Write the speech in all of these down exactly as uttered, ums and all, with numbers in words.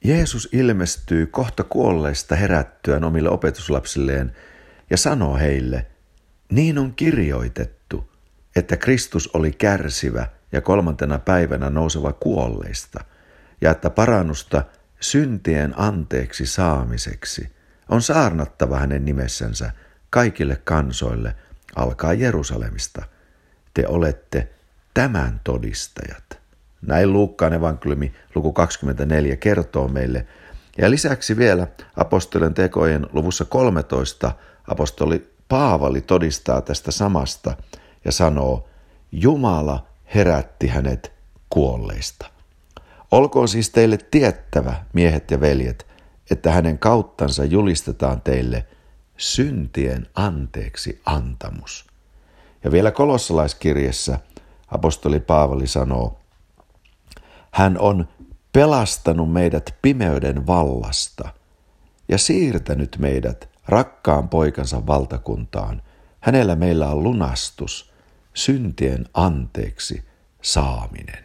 Jeesus ilmestyy kohta kuolleista herättyään omille opetuslapsilleen ja sanoo heille, niin on kirjoitettu, että Kristus oli kärsivä ja kolmantena päivänä nouseva kuolleista, ja että parannusta syntien anteeksi saamiseksi on saarnattava hänen nimessänsä kaikille kansoille, alkaa Jerusalemista. Te olette tämän todistajat. Näin Luukkaan evankeliumi luku kaksikymmentäneljä kertoo meille. Ja lisäksi vielä apostolien tekojen luvussa kolmetoista apostoli Paavali todistaa tästä samasta ja sanoo, Jumala herätti hänet kuolleista. Olkoon siis teille tiettävä, miehet ja veljet, että hänen kauttansa julistetaan teille syntien anteeksi antamus. Ja vielä kolossalaiskirjassa apostoli Paavali sanoo, hän on pelastanut meidät pimeyden vallasta ja siirtänyt meidät rakkaan poikansa valtakuntaan. Hänellä meillä on lunastus, syntien anteeksi saaminen.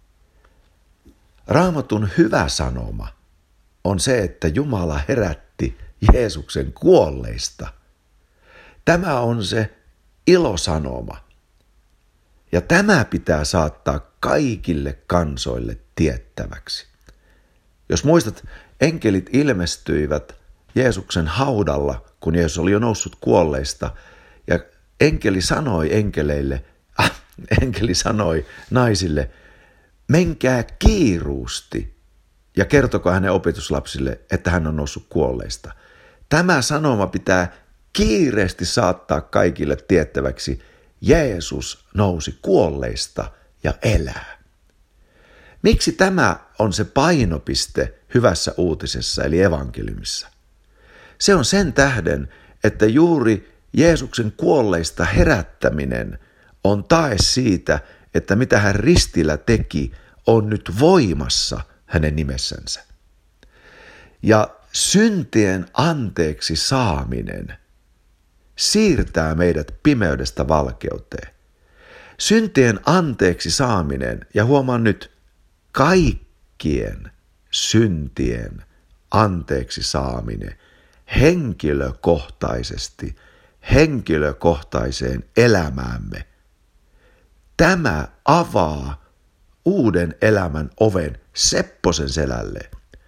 Raamatun hyvä sanoma on se, että Jumala herätti Jeesuksen kuolleista. Tämä on se ilosanoma. Ja tämä pitää saattaa kaikille kansoille tiettäväksi. Jos muistat, enkelit ilmestyivät Jeesuksen haudalla, kun Jeesus oli jo noussut kuolleista, ja enkeli sanoi enkeleille, äh, enkeli sanoi naisille, menkää kiiruusti ja kertokaa hänen opetuslapsille, että hän on noussut kuolleista. Tämä sanoma pitää kiireesti saattaa kaikille tiettäväksi. Jeesus nousi kuolleista ja elää. Miksi tämä on se painopiste hyvässä uutisessa eli evankeliumissa? Se on sen tähden, että juuri Jeesuksen kuolleista herättäminen on tae siitä, että mitä hän ristillä teki, on nyt voimassa hänen nimessänsä. Ja syntien anteeksi saaminen siirtää meidät pimeydestä valkeuteen. Syntien anteeksi saaminen, ja huomaan nyt, kaikkien syntien anteeksi saaminen henkilökohtaisesti, henkilökohtaiseen elämäämme. Tämä avaa uuden elämän oven Sepposen selälle.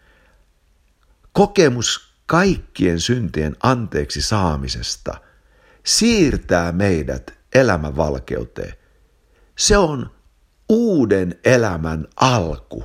Kokemus kaikkien syntien anteeksi saamisesta siirtää meidät elämän valkeuteen. Se on uuden elämän alku.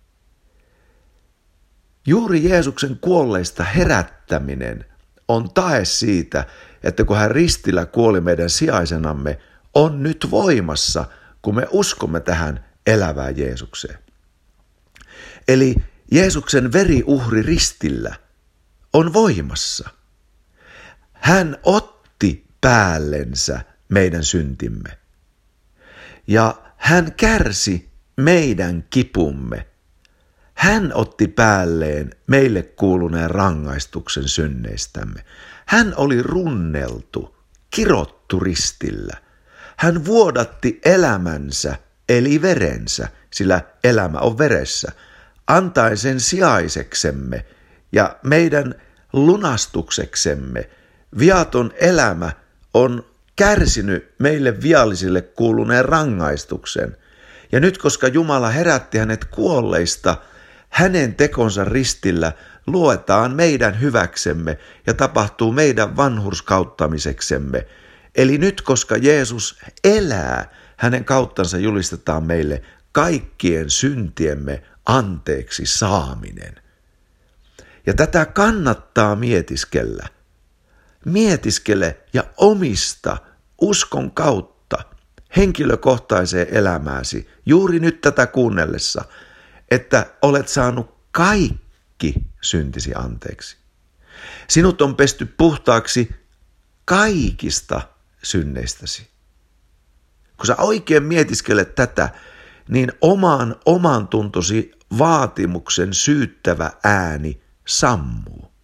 Juuri Jeesuksen kuolleista herättäminen on tae siitä, että kun hän ristillä kuoli meidän sijaisenamme, on nyt voimassa, kun me uskomme tähän elävään Jeesukseen. Eli Jeesuksen veriuhri ristillä on voimassa. Hän otti päällensä meidän syntimme. Ja hän kärsi meidän kipumme. Hän otti päälleen meille kuuluneen rangaistuksen synneistämme. Hän oli runneltu, kirottu ristillä. Hän vuodatti elämänsä, eli verensä, sillä elämä on veressä, antaen sen sijaiseksemme ja meidän lunastukseksemme. Viaton elämä on kärsinyt meille viallisille kuuluneen rangaistuksen. Ja nyt, koska Jumala herätti hänet kuolleista, hänen tekonsa ristillä luetaan meidän hyväksemme ja tapahtuu meidän vanhurskauttamiseksemme. Eli nyt, koska Jeesus elää, hänen kauttansa julistetaan meille kaikkien syntiemme anteeksi saaminen. Ja tätä kannattaa mietiskellä. Mietiskele ja omista uskon kautta henkilökohtaiseen elämääsi juuri nyt tätä kuunnellessa, että olet saanut kaikki syntisi anteeksi. Sinut on pesty puhtaaksi kaikista synneistäsi. Kun sä oikein mietiskelet tätä, niin oman oman tuntosi vaatimuksen syyttävä ääni sammuu.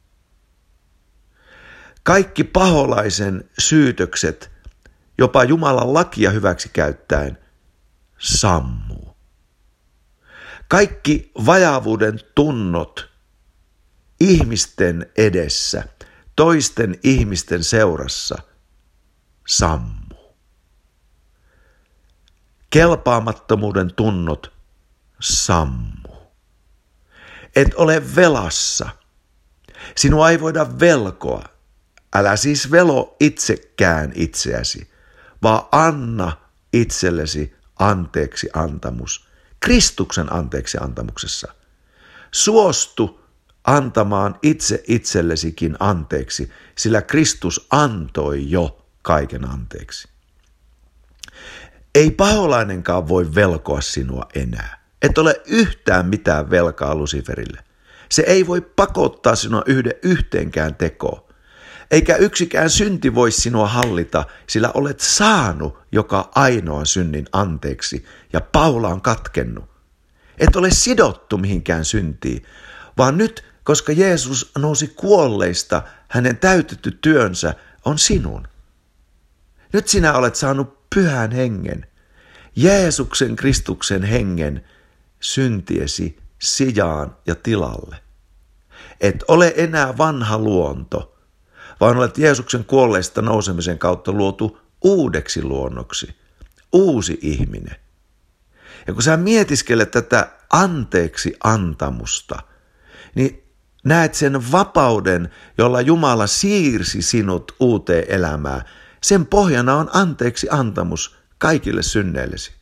Kaikki paholaisen syytökset, jopa Jumalan lakia hyväksi käyttäen, sammuu. Kaikki vajaavuuden tunnot ihmisten edessä, toisten ihmisten seurassa sammuu. Kelpaamattomuuden tunnot sammuu. Et ole velassa. Sinua ei voida velkoa. Älä siis velo itsekään itseäsi, vaan anna itsellesi anteeksi antamus. Kristuksen anteeksi antamuksessa. Suostu antamaan itse itsellesikin anteeksi, sillä Kristus antoi jo kaiken anteeksi. Ei paholainenkaan voi velkoa sinua enää. Et ole yhtään mitään velkaa Luciferille. Se ei voi pakottaa sinua yhden yhteenkään tekoon. Eikä yksikään synti voi sinua hallita, sillä olet saanut joka ainoa synnin anteeksi ja Paula on katkennut. Et ole sidottu mihinkään syntiin, vaan nyt, koska Jeesus nousi kuolleista, hänen täytetty työnsä on sinun. Nyt sinä olet saanut pyhän hengen, Jeesuksen Kristuksen hengen syntiesi sijaan ja tilalle. Et ole enää vanha luonto, vaan olet Jeesuksen kuolleista nousemisen kautta luotu uudeksi luonnoksi, uusi ihminen. Ja kun sä mietiskelet tätä anteeksi antamusta, niin näet sen vapauden, jolla Jumala siirsi sinut uuteen elämään. Sen pohjana on anteeksi antamus kaikille synneillesi.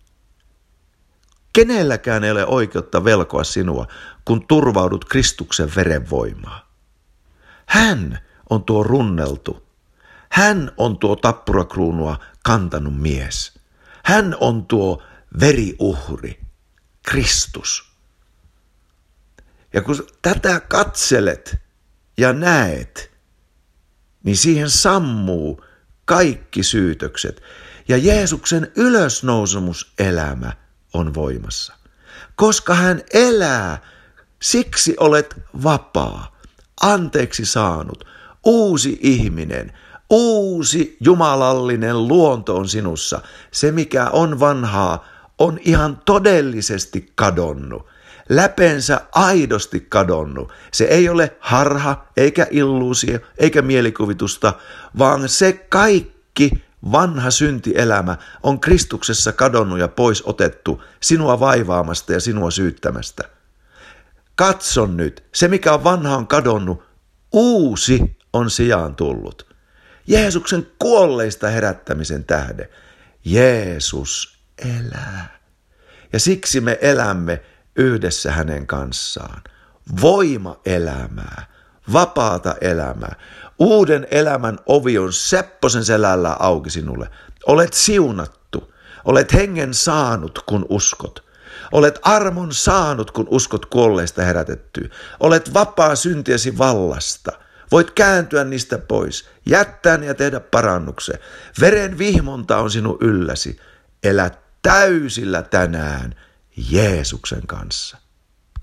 Kenelläkään ei ole oikeutta velkoa sinua, kun turvaudut Kristuksen verenvoimaan. Hän on tuo runneltu. Hän on tuo tappurakruunua kantanut mies. Hän on tuo veriuhri, Kristus. Ja kun tätä katselet ja näet, niin siihen sammuu kaikki syytökset. Ja Jeesuksen ylösnousemuselämä on voimassa. Koska hän elää, siksi olet vapaa, anteeksi saanut, uusi ihminen, uusi jumalallinen luonto on sinussa. Se, mikä on vanhaa, on ihan todellisesti kadonnut. Läpensä aidosti kadonnut. Se ei ole harha, eikä illuusio, eikä mielikuvitusta, vaan se kaikki vanha syntielämä on Kristuksessa kadonnut ja pois otettu sinua vaivaamasta ja sinua syyttämästä. Katso nyt, se mikä on vanha on kadonnut, uusi on sijaan tullut. Jeesuksen kuolleista herättämisen tähden. Jeesus elää. Ja siksi me elämme yhdessä hänen kanssaan. Voima-elämää, vapaata elämää. Uuden elämän ovi on Sepposen selällä auki sinulle. Olet siunattu. Olet hengen saanut, kun uskot. Olet armon saanut, kun uskot kuolleista herätettyä. Olet vapaa syntiesi vallasta. Voit kääntyä niistä pois, jättää ne ja tehdä parannuksen. Veren vihmonta on sinun ylläsi. Elä täysillä tänään Jeesuksen kanssa.